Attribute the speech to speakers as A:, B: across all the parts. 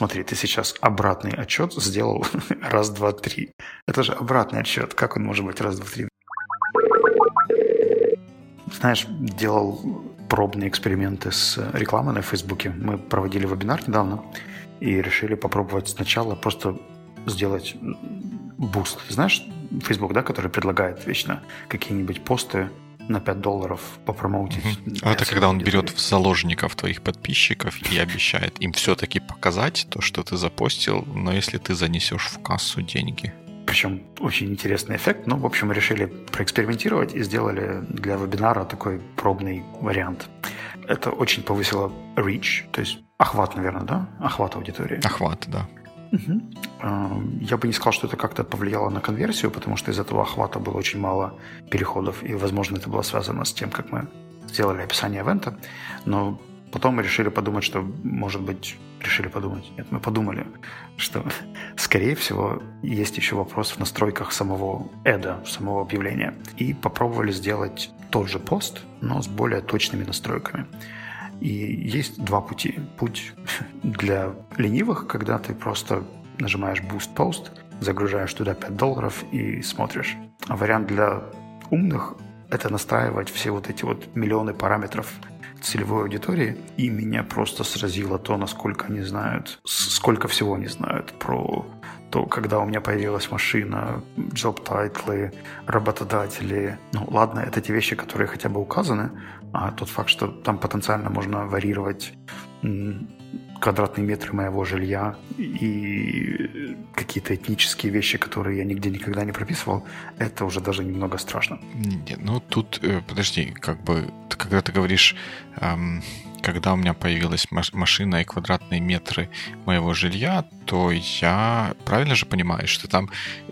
A: смотри, ты сейчас обратный отчет сделал раз, два, три. Это же обратный отчет. Как он может быть раз, два, три? Знаешь, делал пробные эксперименты с рекламой на Фейсбуке. Мы проводили вебинар недавно и решили попробовать сначала просто сделать буст. Знаешь, Facebook, да, который предлагает вечно какие-нибудь посты на $5 попромоутить.
B: Это когда он берет в заложников твоих подписчиков и обещает им все-таки показать то, что ты запостил, но если ты занесешь в кассу деньги.
A: Причем очень интересный эффект. Ну, в общем, мы решили проэкспериментировать и сделали для вебинара такой пробный вариант. Это очень повысило reach, то есть охват, наверное, да? Охват аудитории.
B: Охват, да.
A: Я бы не сказал, что это как-то повлияло на конверсию, потому что из этого охвата было очень мало переходов, и, возможно, это было связано с тем, как мы сделали описание ивента. Но потом мы решили подумать, что, может быть, Нет, мы подумали, что, скорее всего, есть еще вопрос в настройках самого эда, самого объявления. И попробовали сделать тот же пост, но с более точными настройками. И есть два пути. Путь для ленивых, когда ты просто нажимаешь Boost Post, загружаешь туда $5 и смотришь. А вариант для умных – это настраивать все вот эти вот миллионы параметров целевой аудитории. И меня просто сразило то, насколько они знают, сколько всего они знают про то, когда у меня появилась машина, job-тайтлы, работодатели. Ну, ладно, это те вещи, которые хотя бы указаны, а тот факт, что там потенциально можно варьировать квадратные метры моего жилья и какие-то этнические вещи, которые я нигде никогда не прописывал, это уже даже немного страшно.
B: Нет, ну тут, подожди, как бы, когда ты говоришь, когда у меня появилась машина и квадратные метры моего жилья, то я правильно же понимаю, что там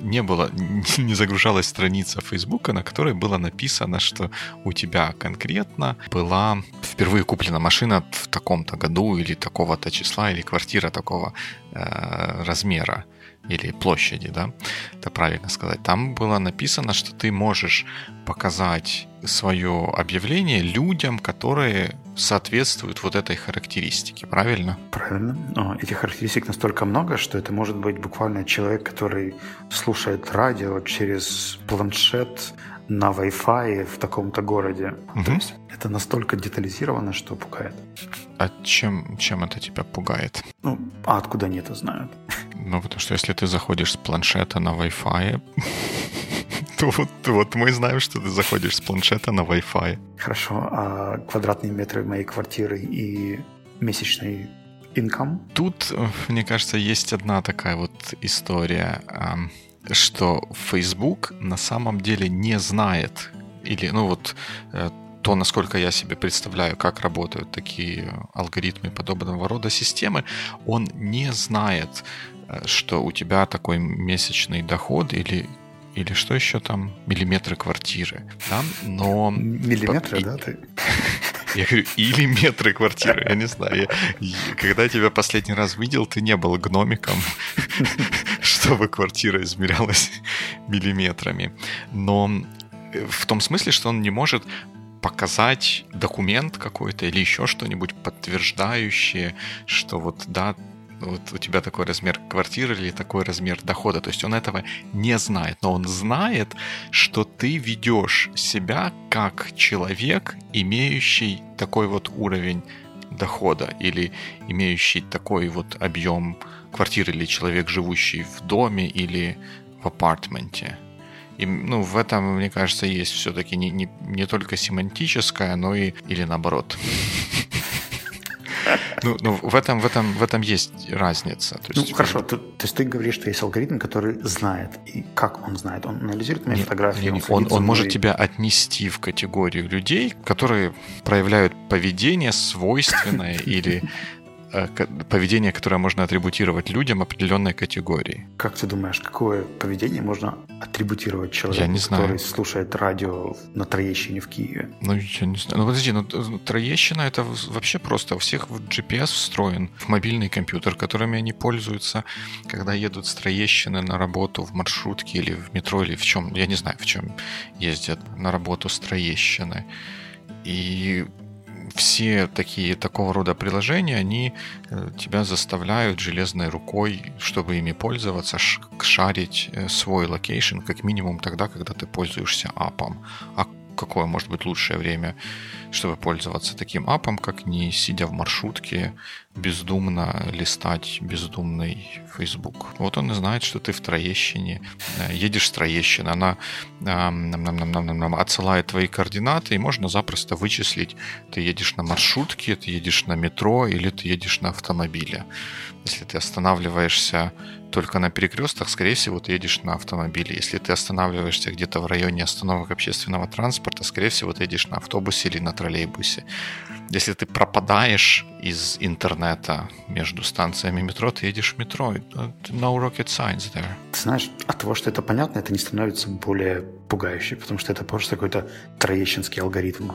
B: не загружалась страница Фейсбука, на которой было написано, что у тебя конкретно была впервые куплена машина в таком-то году или такого-то числа, или квартира такого размера или площади, да, это правильно сказать. Там было написано, что ты можешь показать свое объявление людям, которые соответствуют вот этой характеристике, правильно?
A: Правильно. Но этих характеристик настолько много, что это может быть буквально человек, который слушает радио через планшет на Wi-Fi в таком-то городе.
B: Угу.
A: То есть это настолько детализировано, что пугает.
B: А чем это тебя пугает?
A: Ну, а откуда они это знают?
B: Ну, потому что если ты заходишь с планшета на Wi-Fi, то вот мы знаем, что ты заходишь с планшета на Wi-Fi.
A: Хорошо, а квадратные метры моей квартиры и месячный income?
B: Тут, мне кажется, есть одна такая вот история, что Facebook на самом деле не знает, или, ну вот, то, насколько я себе представляю, как работают такие алгоритмы подобного рода системы, он не знает, что у тебя такой месячный доход или что еще там, миллиметры квартиры, да, но...
A: Миллиметры, да, ты?
B: Я говорю, или метры квартиры, я не знаю. Когда я тебя последний раз видел, ты не был гномиком, чтобы квартира измерялась миллиметрами. Но в том смысле, что он не может показать документ какой-то или еще что-нибудь подтверждающее, что вот, да, вот у тебя такой размер квартиры или такой размер дохода. То есть он этого не знает, но он знает, что ты ведешь себя как человек, имеющий такой вот уровень дохода или имеющий такой вот объем квартиры, или человек, живущий в доме или в апартменте. И, ну, в этом, мне кажется, есть все-таки не только семантическое, но и или наоборот. Ну, в этом есть разница. То есть,
A: хорошо. То есть ты говоришь, что есть алгоритм, который знает. И как он знает? Он анализирует мои фотографии?
B: Он может тебя отнести в категорию людей, которые проявляют поведение свойственное или поведение, которое можно атрибутировать людям определенной категории.
A: Как ты думаешь, какое поведение можно атрибутировать человеку, который слушает радио на Троещине в Киеве?
B: Ну, я не знаю. Ну, подожди, Троещина — это вообще просто. У всех GPS встроен в мобильный компьютер, которыми они пользуются, когда едут с Троещины на работу в маршрутке или в метро, или в чем, я не знаю, в чем ездят на работу с Троещины. И все такого рода приложения, они тебя заставляют железной рукой, чтобы ими пользоваться, шарить свой локейшн как минимум тогда, когда ты пользуешься апом. А какое может быть лучшее время, чтобы пользоваться таким апом, как не сидя в маршрутке, бездумно листать бездумный Facebook. Вот он и знает, что ты в Троещине, едешь с Троещины, она отсылает твои координаты, и можно запросто вычислить, ты едешь на маршрутке, ты едешь на метро или ты едешь на автомобиле. Если ты останавливаешься только на перекрестках, скорее всего, ты едешь на автомобиле. Если ты останавливаешься где-то в районе остановок общественного транспорта, скорее всего, ты едешь на автобусе или на троллейбусе. Если ты пропадаешь из интернета между станциями метро, ты едешь в метро. No rocket science there.
A: Ты знаешь, от того, что это понятно, это не становится более пугающе, потому что это просто какой-то троещинский алгоритм.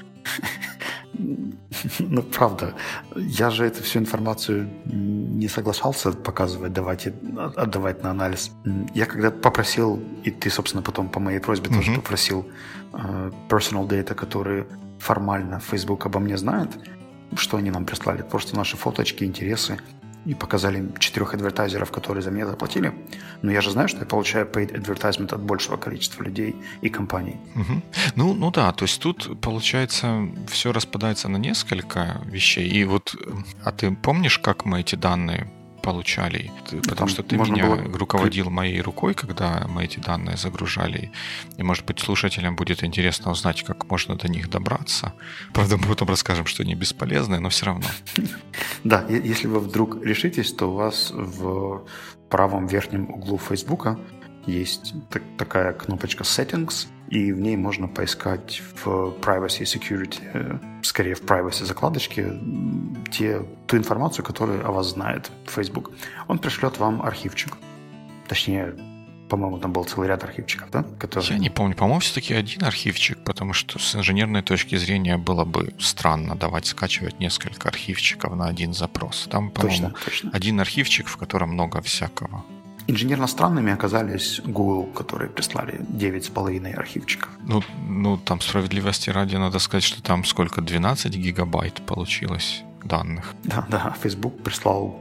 A: Ну, правда. Я же эту всю информацию не соглашался показывать, отдавать на анализ. Я когда попросил, и ты, собственно, потом по моей просьбе тоже попросил personal data, которые формально Facebook обо мне знает, что они нам прислали? Просто наши фоточки, интересы. И показали 4 адвертайзеров, которые за меня заплатили. Но я же знаю, что я получаю paid advertisement от большего количества людей и компаний.
B: Ну да, то есть тут, получается, все распадается на несколько вещей. И вот, а ты помнишь, как мы эти данные получали? Потому что ты меня руководил моей рукой, когда мы эти данные загружали. И, может быть, слушателям будет интересно узнать, как можно до них добраться. Правда, мы потом расскажем, что они бесполезные, но все равно.
A: Да, если вы вдруг решитесь, то у вас в правом верхнем углу Фейсбука есть такая кнопочка Settings, и в ней можно поискать в Privacy Security, скорее в Privacy закладочке, ту информацию, которую о вас знает Facebook. Он пришлет вам архивчик. Точнее, по-моему, там был целый ряд архивчиков, да?
B: Я не помню. По-моему, все-таки один архивчик, потому что с инженерной точки зрения было бы странно давать скачивать несколько архивчиков на один запрос. Там, по-моему, один архивчик, в котором много всякого.
A: Инженерно странными оказались Google, которые прислали 9,5 архивчиков.
B: Ну, там справедливости ради надо сказать, что там сколько, 12 гигабайт получилось данных.
A: Да, Facebook прислал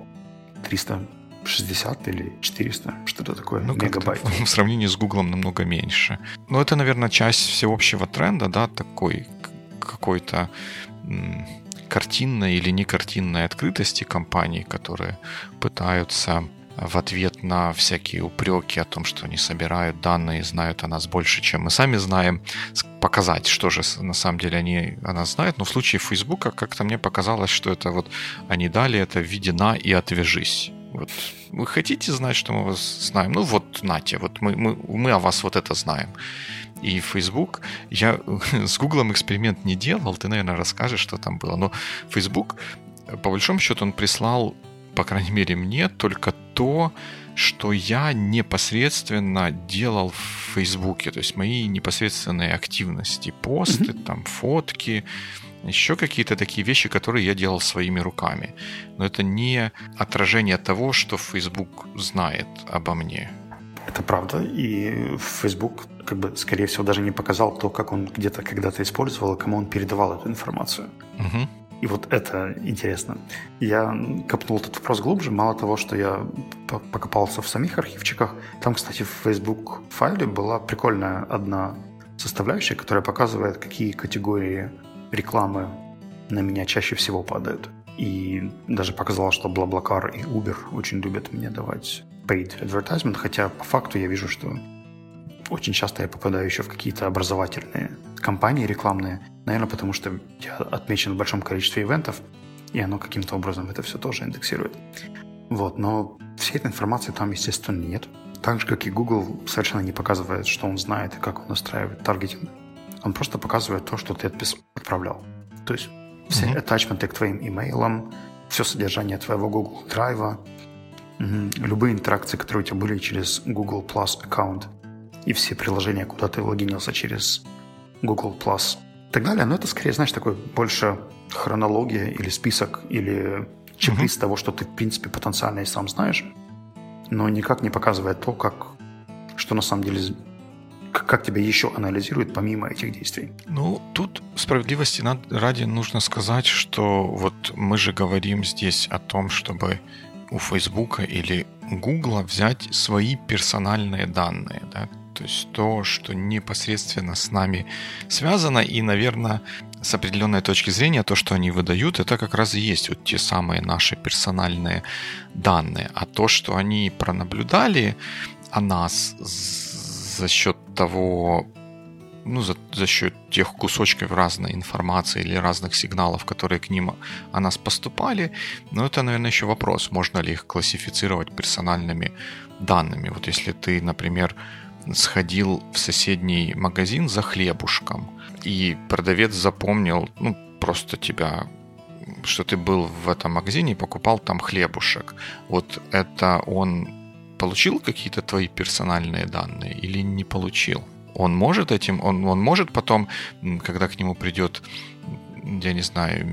A: 360 или 400, что-то такое, мегабайт.
B: В сравнении с Google намного меньше. Но это, наверное, часть всеобщего тренда, да, такой какой-то картинной или не картинной открытости компаний, которые пытаются в ответ на всякие упреки о том, что они собирают данные, знают о нас больше, чем мы сами знаем, показать, что же на самом деле они о нас знают. Но в случае Фейсбука как-то мне показалось, что это вот они дали это в виде «на» и «отвяжись». Вот вы хотите знать, что мы вас знаем? Ну вот, нате, вот мы о вас вот это знаем. И Facebook, я с Гуглом эксперимент не делал, ты, наверное, расскажешь, что там было. Но Facebook, по большому счету, он прислал, по крайней мере, мне только то, что я непосредственно делал в Фейсбуке. То есть мои непосредственные активности, посты, там, фотки, еще какие-то такие вещи, которые я делал своими руками. Но это не отражение того, что Facebook знает обо мне.
A: Это правда. И Facebook, скорее всего, даже не показал то, как он где-то когда-то использовал, и кому он передавал эту информацию.
B: Угу.
A: И вот это интересно. Я копнул этот вопрос глубже. Мало того, что я покопался в самих архивчиках, там, кстати, в Facebook файле была прикольная одна составляющая, которая показывает, какие категории рекламы на меня чаще всего падают. И даже показала, что BlaBlaCar и Uber очень любят мне давать paid advertisement, хотя по факту я вижу, что очень часто я попадаю еще в какие-то образовательные компании рекламные, наверное, потому что я отмечен в большом количестве ивентов, и оно каким-то образом это все тоже индексирует. Вот, но всей этой информации там, естественно, нет. Так же, как и Google совершенно не показывает, что он знает и как он настраивает таргетинг. Он просто показывает то, что ты отправлял. То есть все attachmenты к твоим имейлам, все содержание твоего Google Drive, любые интеракции, которые у тебя были через Google Plus аккаунт, и все приложения, куда ты логинился через Google Plus и так далее. Но это скорее, знаешь, такой больше хронология или список, или чек-лист того, что ты, в принципе, потенциально и сам знаешь, но никак не показывает то, что на самом деле, как тебя еще анализируют помимо этих действий?
B: Ну, тут справедливости ради нужно сказать, что вот мы же говорим здесь о том, чтобы у Фейсбука или Гугла взять свои персональные данные, да, то есть то, что непосредственно с нами связано, и, наверное, с определенной точки зрения, то, что они выдают, это как раз и есть вот те самые наши персональные данные. А то, что они пронаблюдали о нас за счет того, ну, за счет тех кусочков разной информации или разных сигналов, которые к ним о нас поступали, но это, наверное, еще вопрос, можно ли их классифицировать персональными данными. Вот если ты, например, сходил в соседний магазин за хлебушком, и продавец запомнил, ну, просто тебя, что ты был в этом магазине и покупал там хлебушек. Вот это он получил какие-то твои персональные данные или не получил? Он может этим, он может потом, когда к нему придет, я не знаю,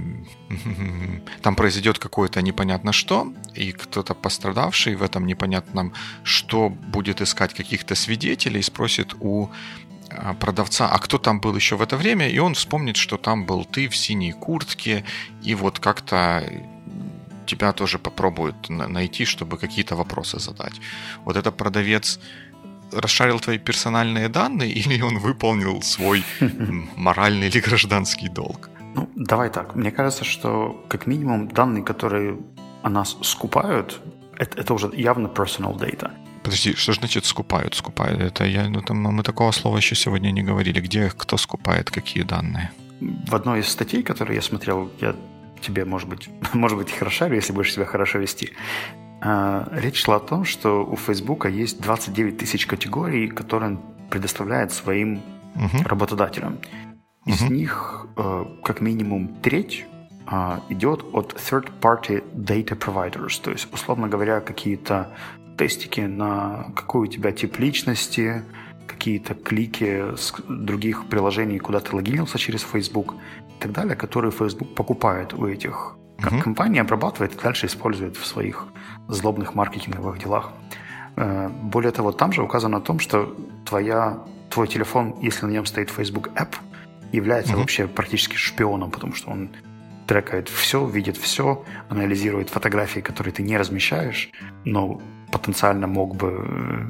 B: там произойдет какое-то непонятно что, и кто-то пострадавший в этом непонятном что будет искать каких-то свидетелей и спросит у продавца, а кто там был еще в это время, и он вспомнит, что там был ты в синей куртке, и вот как-то тебя тоже попробуют найти, чтобы какие-то вопросы задать. Вот это продавец расшарил твои персональные данные, или он выполнил свой моральный или гражданский долг?
A: Ну, давай так. Мне кажется, что как минимум данные, которые о нас скупают, это уже явно personal data.
B: Подожди, что значит скупают? Скупают? Это мы такого слова еще сегодня не говорили. Где, кто скупает, какие данные?
A: В одной из статей, которые я смотрел, я тебе, может быть, их расшарю, если будешь себя хорошо вести. Речь шла о том, что у Фейсбука есть 29 тысяч категорий, которые он предоставляет своим работодателям. Из них как минимум треть идет от third-party data providers, то есть, условно говоря, какие-то тестики на какой у тебя тип личности, какие-то клики с других приложений, куда ты логинился через Facebook и так далее, которые Facebook покупает у этих компаний, обрабатывает и дальше использует в своих злобных маркетинговых делах. Более того, там же указано о том, что твой телефон, если на нем стоит Facebook App, является вообще практически шпионом, потому что он трекает все, видит все, анализирует фотографии, которые ты не размещаешь, но потенциально мог бы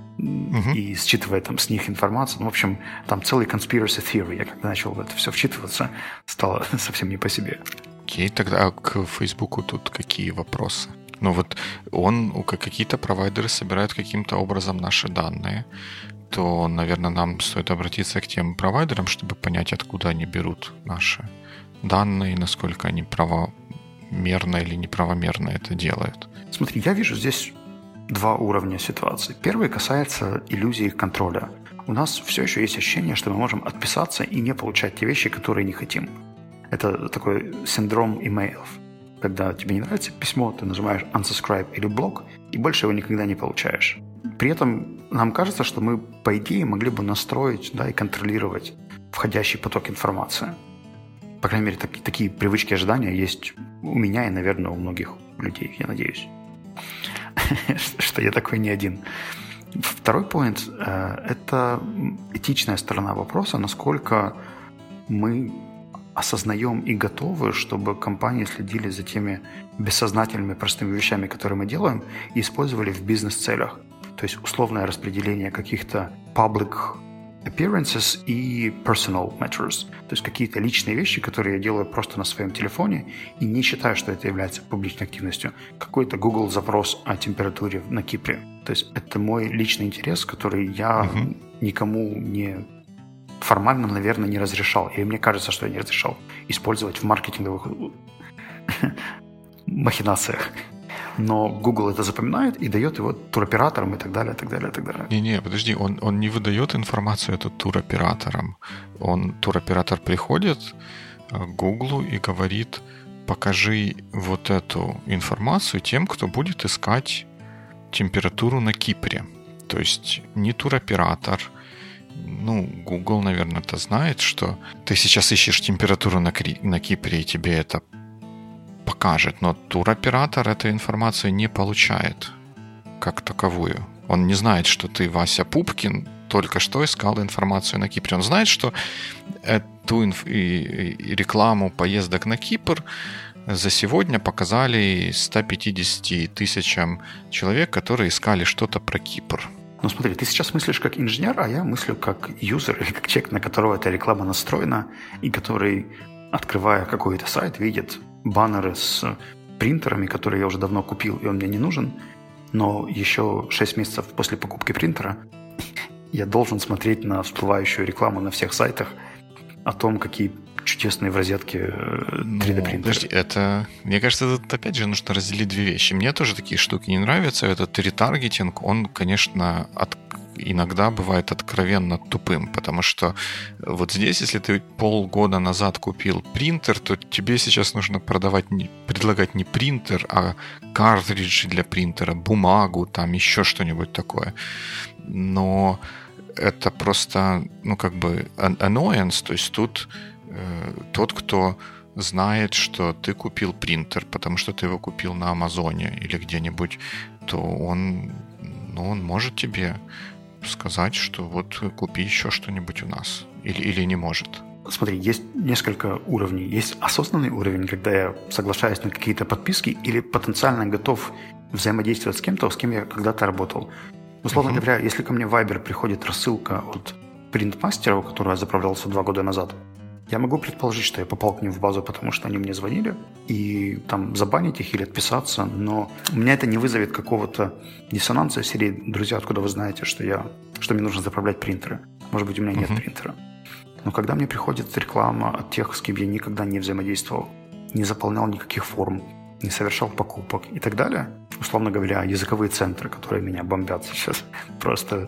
A: и считывая там с них информацию. Ну, в общем, там целый conspiracy theory. Я когда начал в это все вчитываться, стало совсем не по себе.
B: Окей, тогда к Фейсбуку тут какие вопросы? Ну вот какие-то провайдеры собирают каким-то образом наши данные, то, наверное, нам стоит обратиться к тем провайдерам, чтобы понять, откуда они берут наши данные, насколько они правомерно или неправомерно это делают.
A: Смотри, я вижу здесь два уровня ситуации. Первый касается иллюзии контроля. У нас все еще есть ощущение, что мы можем отписаться и не получать те вещи, которые не хотим. Это такой синдром имейлов. Когда тебе не нравится письмо, ты нажимаешь unsubscribe или блок, и больше его никогда не получаешь. При этом нам кажется, что мы, по идее, могли бы настроить, да, и контролировать входящий поток информации. По крайней мере, такие привычки ожидания есть у меня и, наверное, у многих людей, я надеюсь, что я такой не один. Второй поинт – это этичная сторона вопроса, насколько мы осознаем и готовы, чтобы компании следили за теми бессознательными простыми вещами, которые мы делаем, и использовали в бизнес-целях. То есть условное распределение каких-то public appearances и personal matters. То есть какие-то личные вещи, которые я делаю просто на своем телефоне и не считаю, что это является публичной активностью. Какой-то Google запрос о температуре на Кипре. То есть это мой личный интерес, который я никому не формально, наверное, не разрешал. Или мне кажется, что я не разрешал использовать в маркетинговых махинациях. Но Google это запоминает и дает его туроператорам и так далее, так далее, так далее.
B: Не, подожди, он не выдает информацию эту туроператорам. Туроператор приходит к Google и говорит: покажи вот эту информацию тем, кто будет искать температуру на Кипре. То есть не туроператор. Google, наверное, это знает, что ты сейчас ищешь температуру на Кипре, и тебе это покажет, но туроператор эту информацию не получает как таковую. Он не знает, что ты Вася Пупкин, только что искал информацию на Кипре. Он знает, что эту рекламу поездок на Кипр за сегодня показали 150 тысячам человек, которые искали что-то про Кипр.
A: Ну смотри, ты сейчас мыслишь как инженер, а я мыслю как юзер или как человек, на которого эта реклама настроена, и который, открывая какой-то сайт, видит баннеры с принтерами, которые я уже давно купил, и он мне не нужен, но еще 6 месяцев после покупки принтера я должен смотреть на всплывающую рекламу на всех сайтах о том, какие чудесные в розетке 3D-принтеры.
B: Подожди, это... Мне кажется, тут опять же нужно разделить две вещи. Мне тоже такие штуки не нравятся. Этот ретаргетинг, он, конечно, иногда бывает откровенно тупым, потому что вот здесь, если ты полгода назад купил принтер, то тебе сейчас нужно предлагать не принтер, а картриджи для принтера, бумагу, там еще что-нибудь такое. Но это просто, annoyance, то есть тут тот, кто знает, что ты купил принтер, потому что ты его купил на Амазоне или где-нибудь, то он может тебе сказать, что вот купи еще что-нибудь у нас. Или не может.
A: Смотри, есть несколько уровней. Есть осознанный уровень, когда я соглашаюсь на какие-то подписки или потенциально готов взаимодействовать с кем-то, с кем я когда-то работал. Условно говоря, если ко мне в Viber приходит рассылка от принтмастера, у которого я заправлялся 2 года назад, я могу предположить, что я попал к ним в базу, потому что они мне звонили, и там забанить их или отписаться, но у меня это не вызовет какого-то диссонанса в серии «Друзья, откуда вы знаете, что мне нужно заправлять принтеры?» Может быть, у меня нет принтера. Но когда мне приходит реклама от тех, с кем я никогда не взаимодействовал, не заполнял никаких форм, не совершал покупок и так далее, условно говоря, языковые центры, которые меня бомбят сейчас просто...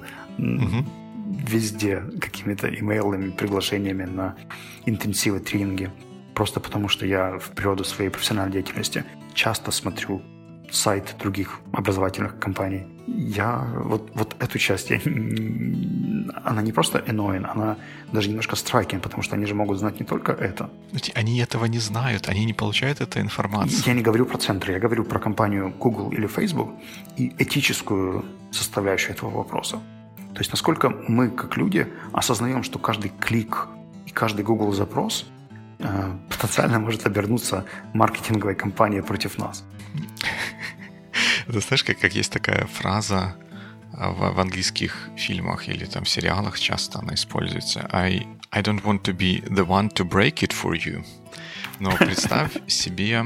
A: везде какими-то имейлами, приглашениями на интенсивы, тренинги. Просто потому, что я в природу своей профессиональной деятельности часто смотрю сайт других образовательных компаний. Я вот эту часть, она не просто annoying, она даже немножко striking, потому что они же могут знать не только это.
B: Они этого не знают, они не получают этой информации.
A: Я не говорю про центры, я говорю про компанию Google или Facebook и этическую составляющую этого вопроса. То есть насколько мы, как люди, осознаем, что каждый клик и каждый Google запрос потенциально может обернуться маркетинговой кампанией против нас.
B: Ты знаешь, как есть такая фраза в английских фильмах или там сериалах, часто она используется. I don't want to be the one to break it for you. Но представь себе...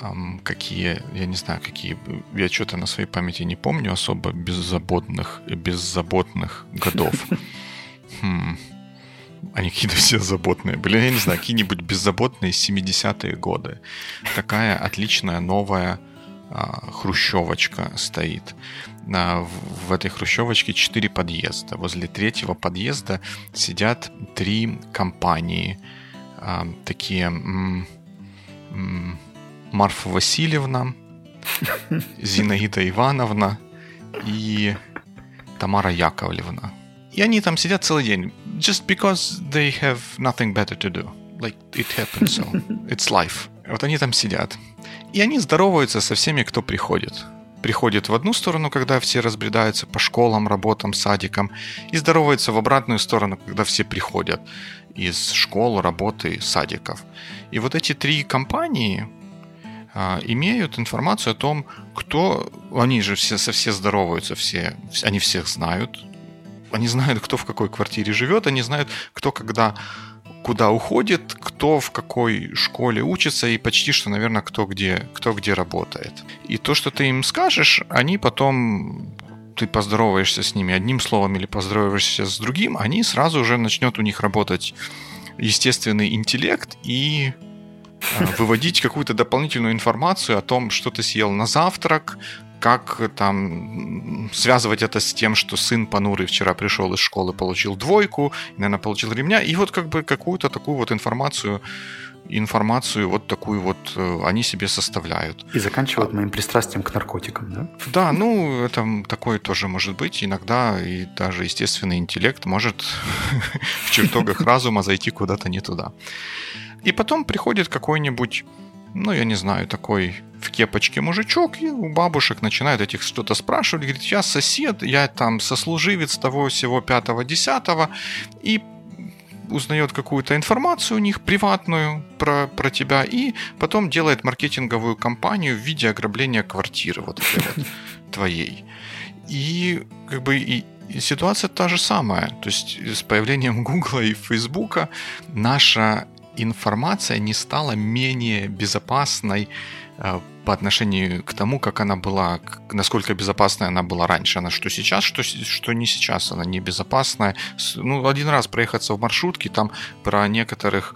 B: я что-то на своей памяти не помню особо беззаботных годов. Они какие-то все заботные были. Я не знаю, какие-нибудь беззаботные 70-е годы. Такая отличная новая хрущевочка стоит. В этой хрущевочке 4 подъезда. Возле 3-го подъезда сидят 3 компании. Такие... Марфа Васильевна, Зинаида Ивановна и Тамара Яковлевна. И они там сидят целый день. Just because they have nothing better to do. Like, it happens so. It's life. Вот они там сидят. И они здороваются со всеми, кто приходит. Приходит в одну сторону, когда все разбредаются по школам, работам, садикам. И здороваются в обратную сторону, когда все приходят из школ, работы, садиков. И вот эти 3 компании... имеют информацию о том, кто... Они же все здороваются, они всех знают. Они знают, кто в какой квартире живет, они знают, кто куда уходит, кто в какой школе учится и почти что, наверное, кто где работает. И то, что ты им скажешь, они потом... Ты поздороваешься с ними одним словом или поздороваешься с другим, они сразу уже начнет у них работать естественный интеллект и... выводить какую-то дополнительную информацию о том, что ты съел на завтрак, как там связывать это с тем, что сын понурый вчера пришел из школы, получил 2, наверное, получил ремня, и вот как бы какую-то такую вот информацию вот такую вот они себе составляют.
A: И заканчивают моим пристрастием к наркотикам, да?
B: Да, это такое тоже может быть. Иногда и даже естественный интеллект может в чертогах разума зайти куда-то не туда. И потом приходит какой-нибудь я не знаю, такой в кепочке мужичок, и у бабушек начинают этих что-то спрашивать, говорит, я сосед, я там сослуживец того всего 5-10, и узнает какую-то информацию у них приватную про тебя, и потом делает маркетинговую кампанию в виде ограбления квартиры вот этой вот твоей. И как бы и ситуация та же самая. То есть с появлением Гугла и Фейсбука наша информация не стала менее безопасной по отношению к тому, как она была, насколько безопасной она была раньше. Она что сейчас, что не сейчас, она не безопасная. Один раз проехаться в маршрутке, там про некоторых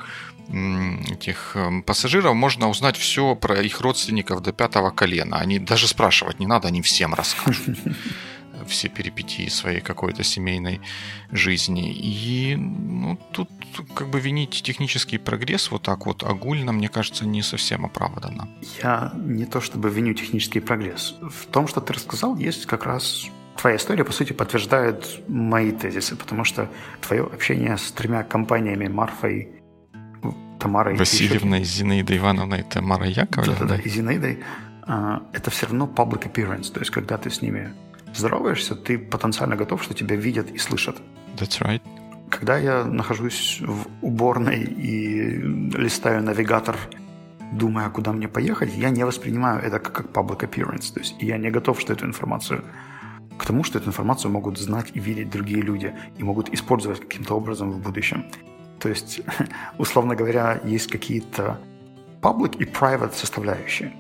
B: этих пассажиров можно узнать все про их родственников до 5 колена. Они даже спрашивать не надо, они всем расскажут все перипетии своей какой-то семейной жизни. И тут как бы винить технический прогресс вот так вот огульно, мне кажется, не совсем оправданно.
A: Я не то чтобы виню технический прогресс. В том, что ты рассказал, есть как раз твоя история, по сути, подтверждает мои тезисы, потому что твое общение с 3 компаниями, Марфой, Тамарой...
B: Васильевной, Зинаидой Ивановной и Тамарой Яковлевной.
A: Да, и Зинаидой. Это все равно public appearance. То есть, когда ты с ними здороваешься, ты потенциально готов, что тебя видят и слышат.
B: That's right.
A: Когда я нахожусь в уборной и листаю навигатор, думая, куда мне поехать, я не воспринимаю это как public appearance. То есть я не готов, что эту информацию... К тому, что эту информацию могут знать и видеть другие люди и могут использовать каким-то образом в будущем. То есть, условно говоря, есть какие-то public и private составляющие.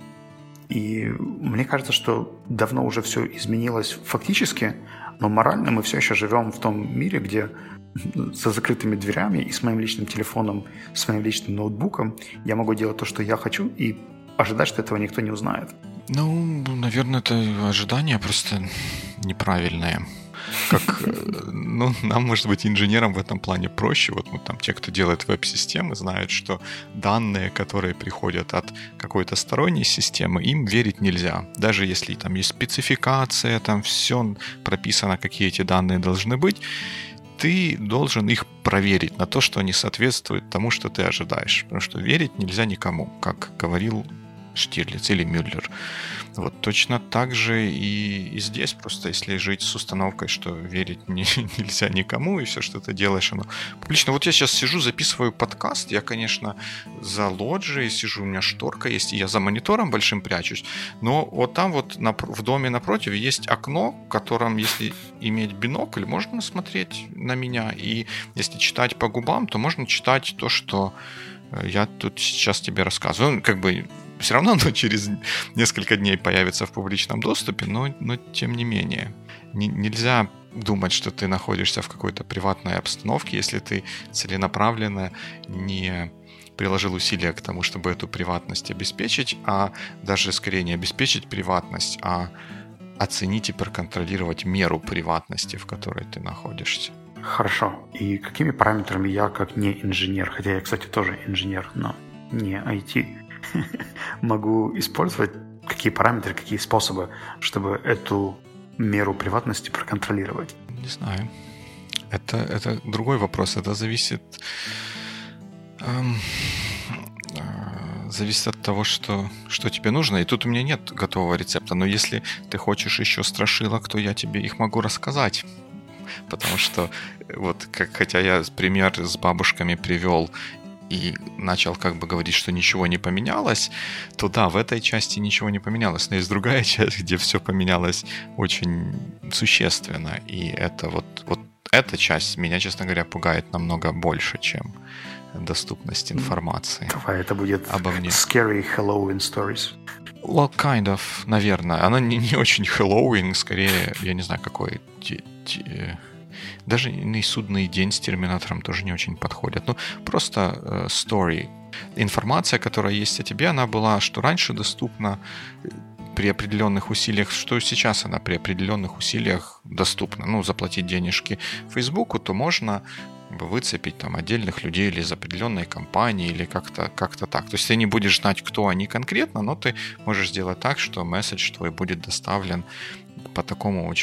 A: И мне кажется, что давно уже все изменилось фактически, но морально мы все еще живем в том мире, где за закрытыми дверями и с моим личным телефоном, с моим личным ноутбуком я могу делать то, что я хочу, и ожидать, что этого никто не узнает.
B: Наверное, это ожидание просто неправильное. Как, нам, может быть, инженерам в этом плане проще. Вот там те, кто делает веб-системы, знают, что данные, которые приходят от какой-то сторонней системы, им верить нельзя. Даже если там есть спецификация, там все прописано, какие эти данные должны быть, ты должен их проверить на то, что они соответствуют тому, что ты ожидаешь. Потому что верить нельзя никому, как говорил Штирлиц или Мюллер. Вот точно так же и здесь, просто если жить с установкой, что верить нельзя никому, и все, что ты делаешь, оно публично. Вот я сейчас сижу, записываю подкаст, я, конечно, за лоджией сижу, у меня шторка есть, и я за монитором большим прячусь, но вот там вот в доме напротив есть окно, в котором, если иметь бинокль, можно смотреть на меня, и если читать по губам, то можно читать то, что я тут сейчас тебе рассказываю. Как бы все равно оно через несколько дней появится в публичном доступе, но тем не менее. Нельзя думать, что ты находишься в какой-то приватной обстановке, если ты целенаправленно не приложил усилия к тому, чтобы эту приватность обеспечить, а даже скорее не обеспечить приватность, а оценить и проконтролировать меру приватности, в которой ты находишься.
A: Хорошо. И какими параметрами я, как не инженер, хотя я, кстати, тоже инженер, но не IT, могу использовать какие параметры, какие способы, чтобы эту меру приватности проконтролировать?
B: Не знаю. Это другой вопрос. Это зависит от того, что тебе нужно. И тут у меня нет готового рецепта. Но если ты хочешь еще страшилок, то я тебе их могу рассказать. Потому что, вот, хотя я пример с бабушками привел и начал как бы говорить, что ничего не поменялось, то да, в этой части ничего не поменялось. Но есть другая часть, где все поменялось очень существенно. И это вот эта часть меня, честно говоря, пугает намного больше, чем доступность информации.
A: Давай, это будет
B: обо мне.
A: Scary Halloween stories.
B: Well, kind of, наверное. Она не очень Хэллоуин, скорее, я не знаю, какой... Даже и судный день с Терминатором тоже не очень подходят. Ну, просто story. Информация, которая есть о тебе, она была, что раньше доступна при определенных усилиях, что сейчас она при определенных усилиях доступна. Ну, заплатить денежки Фейсбуку, то можно выцепить там отдельных людей или из определенной компании, или как-то так. То есть ты не будешь знать, кто они конкретно, но ты можешь сделать так, что месседж твой будет доставлен по такому очень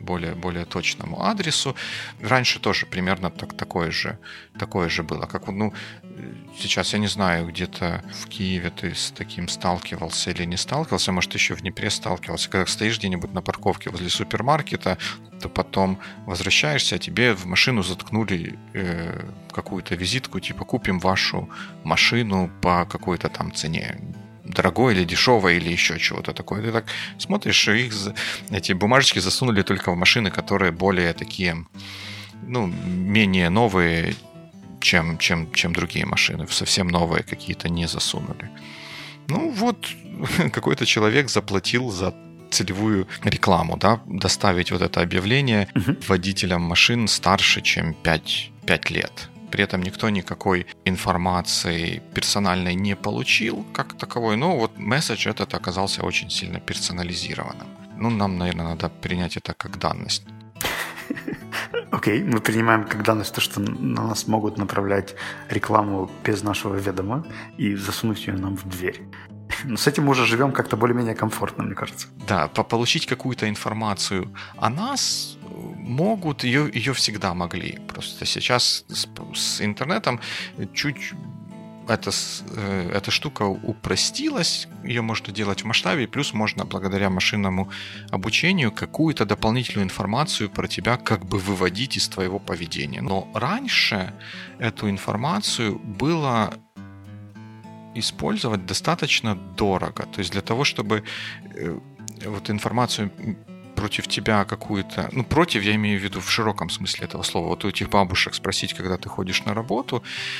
B: более точному адресу. Раньше тоже примерно такое же было. Как, сейчас я не знаю, где-то в Киеве ты с таким сталкивался или не сталкивался, может, еще в Днепре сталкивался. Когда стоишь где-нибудь на парковке возле супермаркета, то потом возвращаешься, а тебе в машину заткнули какую-то визитку, типа «Купим вашу машину по какой-то там цене». Дорогой или дешевой, или еще чего-то такое. Ты так смотришь, эти бумажечки засунули только в машины, которые более такие, менее новые, чем другие машины. Совсем новые какие-то не засунули. Какой-то человек заплатил за целевую рекламу, да, доставить вот это объявление водителям машин старше, чем 5 лет. При этом никто никакой информации персональной не получил как таковой. Месседж этот оказался очень сильно персонализированным. Нам, наверное, надо принять это как данность.
A: Окей, мы принимаем как данность то, что на нас могут направлять рекламу без нашего ведома и засунуть ее нам в дверь. Но с этим мы уже живем как-то более-менее комфортно, мне кажется.
B: Да, получить какую-то информацию о нас могут, ее всегда могли. Просто сейчас с интернетом чуть эта штука упростилась, ее можно делать в масштабе, плюс можно благодаря машинному обучению какую-то дополнительную информацию про тебя как бы выводить из твоего поведения. Но раньше эту информацию было использовать достаточно дорого. То есть для того, чтобы информацию против тебя какую-то... против я имею в виду в широком смысле этого слова. Вот у этих бабушек спросить, когда ты ходишь на работу,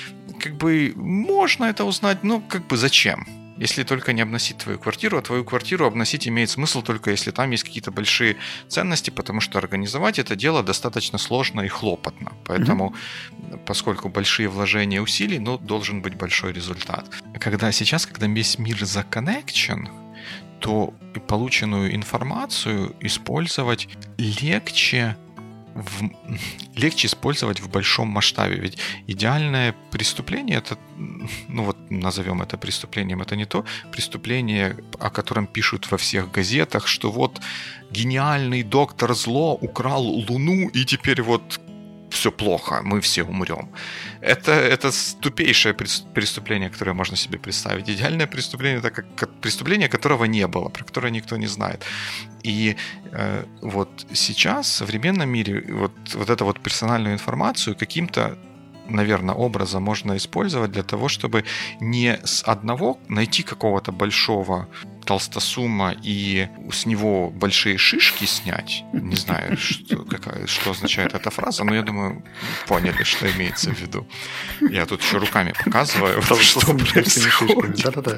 B: можно это узнать, зачем? Если только не обносить твою квартиру, а твою квартиру обносить имеет смысл только если там есть какие-то большие ценности, потому что организовать это дело достаточно сложно и хлопотно. Поэтому, поскольку большие вложения усилий, должен быть большой результат. Когда весь мир законнекчен, то полученную информацию использовать легче использовать в большом масштабе. Ведь идеальное преступление, это, назовем это преступлением, это не то преступление, о котором пишут во всех газетах, что гениальный доктор Зло украл Луну, и теперь все плохо, мы все умрем. Это тупейшее преступление, которое можно себе представить. Идеальное преступление — это как преступление, которого не было, про которое никто не знает. И сейчас в современном мире эту персональную информацию каким-то, наверное, образом можно использовать для того, чтобы не с одного найти какого-то большого толстосума и с него большие шишки снять. Не знаю, что означает эта фраза, но я думаю, поняли, что имеется в виду. Я тут еще руками показываю, что происходит.
A: Да-да-да.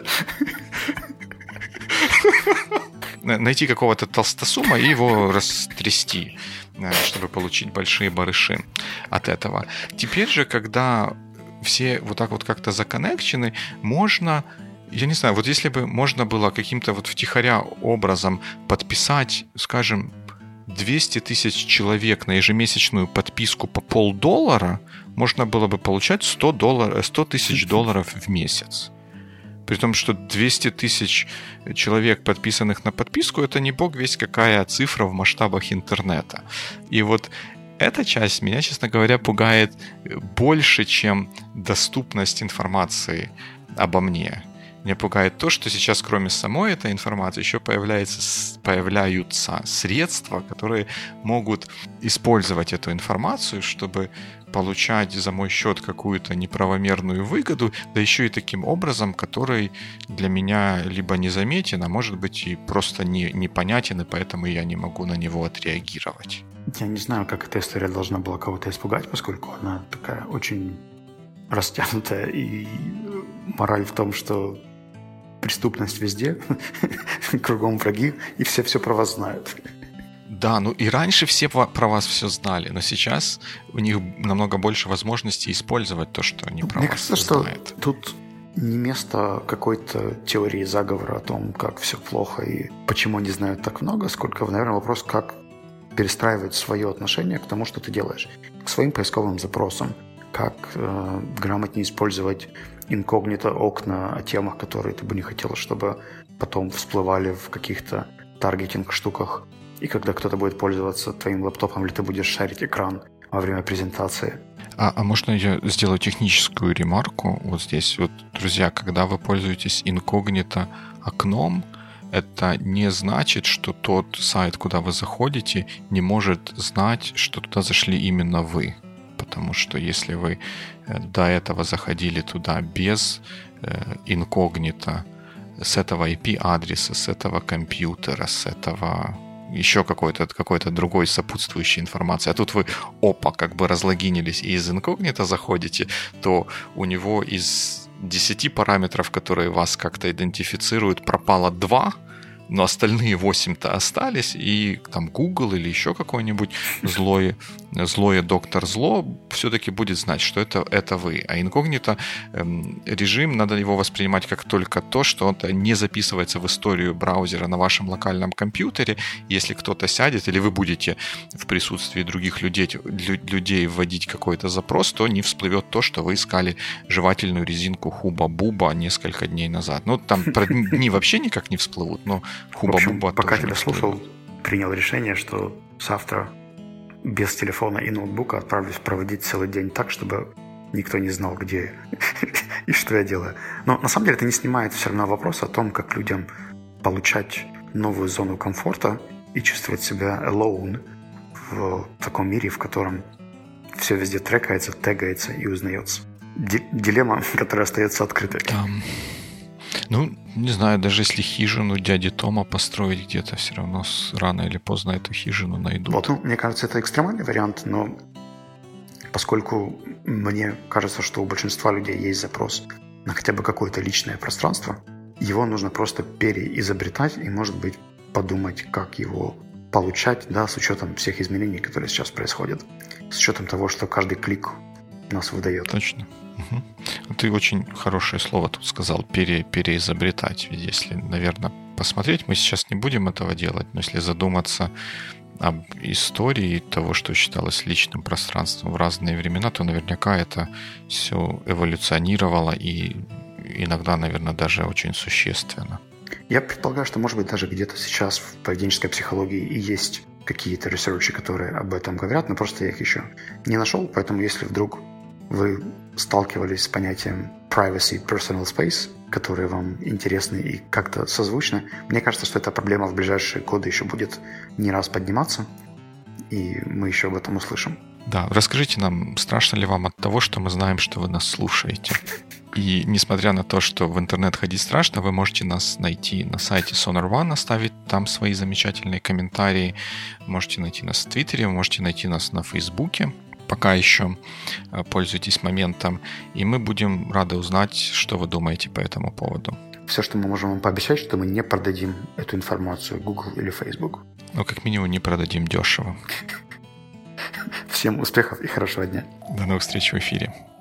B: Найти какого-то толстосума и его растрясти, чтобы получить большие барыши от этого. Теперь же, когда все так как-то законнекчены, можно... Я не знаю, если бы можно было каким-то втихаря образом подписать, скажем, 200 тысяч человек на ежемесячную подписку по $5, можно было бы получать $100 тысяч долларов в месяц. При том, что 200 тысяч человек, подписанных на подписку, это не бог весть какая цифра в масштабах интернета. И эта часть меня, честно говоря, пугает больше, чем доступность информации обо мне. Меня пугает то, что сейчас, кроме самой этой информации, еще появляются средства, которые могут использовать эту информацию, чтобы получать за мой счет какую-то неправомерную выгоду, да еще и таким образом, который для меня либо незаметен, а может быть и просто непонятен, и поэтому я не могу на него отреагировать.
A: Я не знаю, как эта история должна была кого-то испугать, поскольку она такая очень растянутая, и мораль в том, что преступность везде, кругом враги, и все про вас знают.
B: Да, и раньше все про вас все знали, но сейчас у них намного больше возможностей использовать то, что они про
A: Мне
B: вас
A: кажется,
B: знают.
A: Что тут не место какой-то теории заговора о том, как все плохо и почему они знают так много, сколько, наверное, вопрос, как перестраивать свое отношение к тому, что ты делаешь, к своим поисковым запросам, как грамотнее использовать инкогнито окна о темах, которые ты бы не хотел, чтобы потом всплывали в каких-то таргетинг-штуках. и когда кто-то будет пользоваться твоим лэптопом, или ты будешь шарить экран во время презентации.
B: А можно я сделаю техническую ремарку вот здесь? Вот, друзья, когда вы пользуетесь инкогнито окном, это не значит, что тот сайт, куда вы заходите, не может знать, что туда зашли именно вы. Потому что если вы до этого заходили туда без инкогнито, с этого IP-адреса, с этого компьютера, с этого еще какой-то другой сопутствующей информации, а тут вы, как бы разлогинились и из инкогнито заходите, то у него из 10 параметров, которые вас как-то идентифицируют, пропало 2, но остальные 8-то остались, и там Google или еще какой-нибудь злое доктор зло все-таки будет знать, что это вы. А инкогнито режим, надо его воспринимать как только то, что это не записывается в историю браузера на вашем локальном компьютере. Если кто-то сядет, или вы будете в присутствии других людей вводить какой-то запрос, то не всплывет то, что вы искали жевательную резинку Хуба-Буба несколько дней назад. Ну, там про дни вообще никак не всплывут, но
A: в общем, пока тебя слушал, принял решение, что завтра без телефона и ноутбука отправлюсь проводить целый день так, чтобы никто не знал, где я и что я делаю. Но на самом деле это не снимает все равно вопрос о том, как людям получать новую зону комфорта и чувствовать себя alone в таком мире, в котором все везде трекается, тегается и узнается. Дилемма, которая остается открытой.
B: Ну, не знаю, даже если хижину дяди Тома построить где-то, все равно рано или поздно эту хижину найдут.
A: Вот, мне кажется, это экстремальный вариант, но поскольку мне кажется, что у большинства людей есть запрос на хотя бы какое-то личное пространство, его нужно просто переизобретать и, может быть, подумать, как его получать, да, с учетом всех изменений, которые сейчас происходят, с учетом того, что каждый клик нас выдает.
B: Точно. Угу. Ты очень хорошее слово тут сказал, переизобретать. Ведь если, наверное, посмотреть, мы сейчас не будем этого делать, но если задуматься об истории того, что считалось личным пространством в разные времена, то наверняка это все эволюционировало и иногда, наверное, даже очень существенно.
A: Я предполагаю, что, может быть, даже где-то сейчас в поведенческой психологии и есть какие-то ресерчи, которые об этом говорят, но просто я их еще не нашел, поэтому если вдруг вы сталкивались с понятием privacy, personal space, которые вам интересны и как-то созвучны, мне кажется, что эта проблема в ближайшие годы еще будет не раз подниматься, и мы еще об этом услышим.
B: Да, расскажите нам, страшно ли вам от того, что мы знаем, что вы нас слушаете? И несмотря на то, что в интернет ходить страшно, вы можете нас найти на сайте Sonar One, оставить там свои замечательные комментарии. Можете найти нас в Твиттере, можете найти нас на Фейсбуке. Пока еще пользуйтесь моментом, и мы будем рады узнать, что вы думаете по этому поводу.
A: Все, что мы можем вам пообещать, что мы не продадим эту информацию Google или Facebook.
B: Ну, как минимум, не продадим дешево.
A: Всем успехов и хорошего дня.
B: До новых встреч в эфире.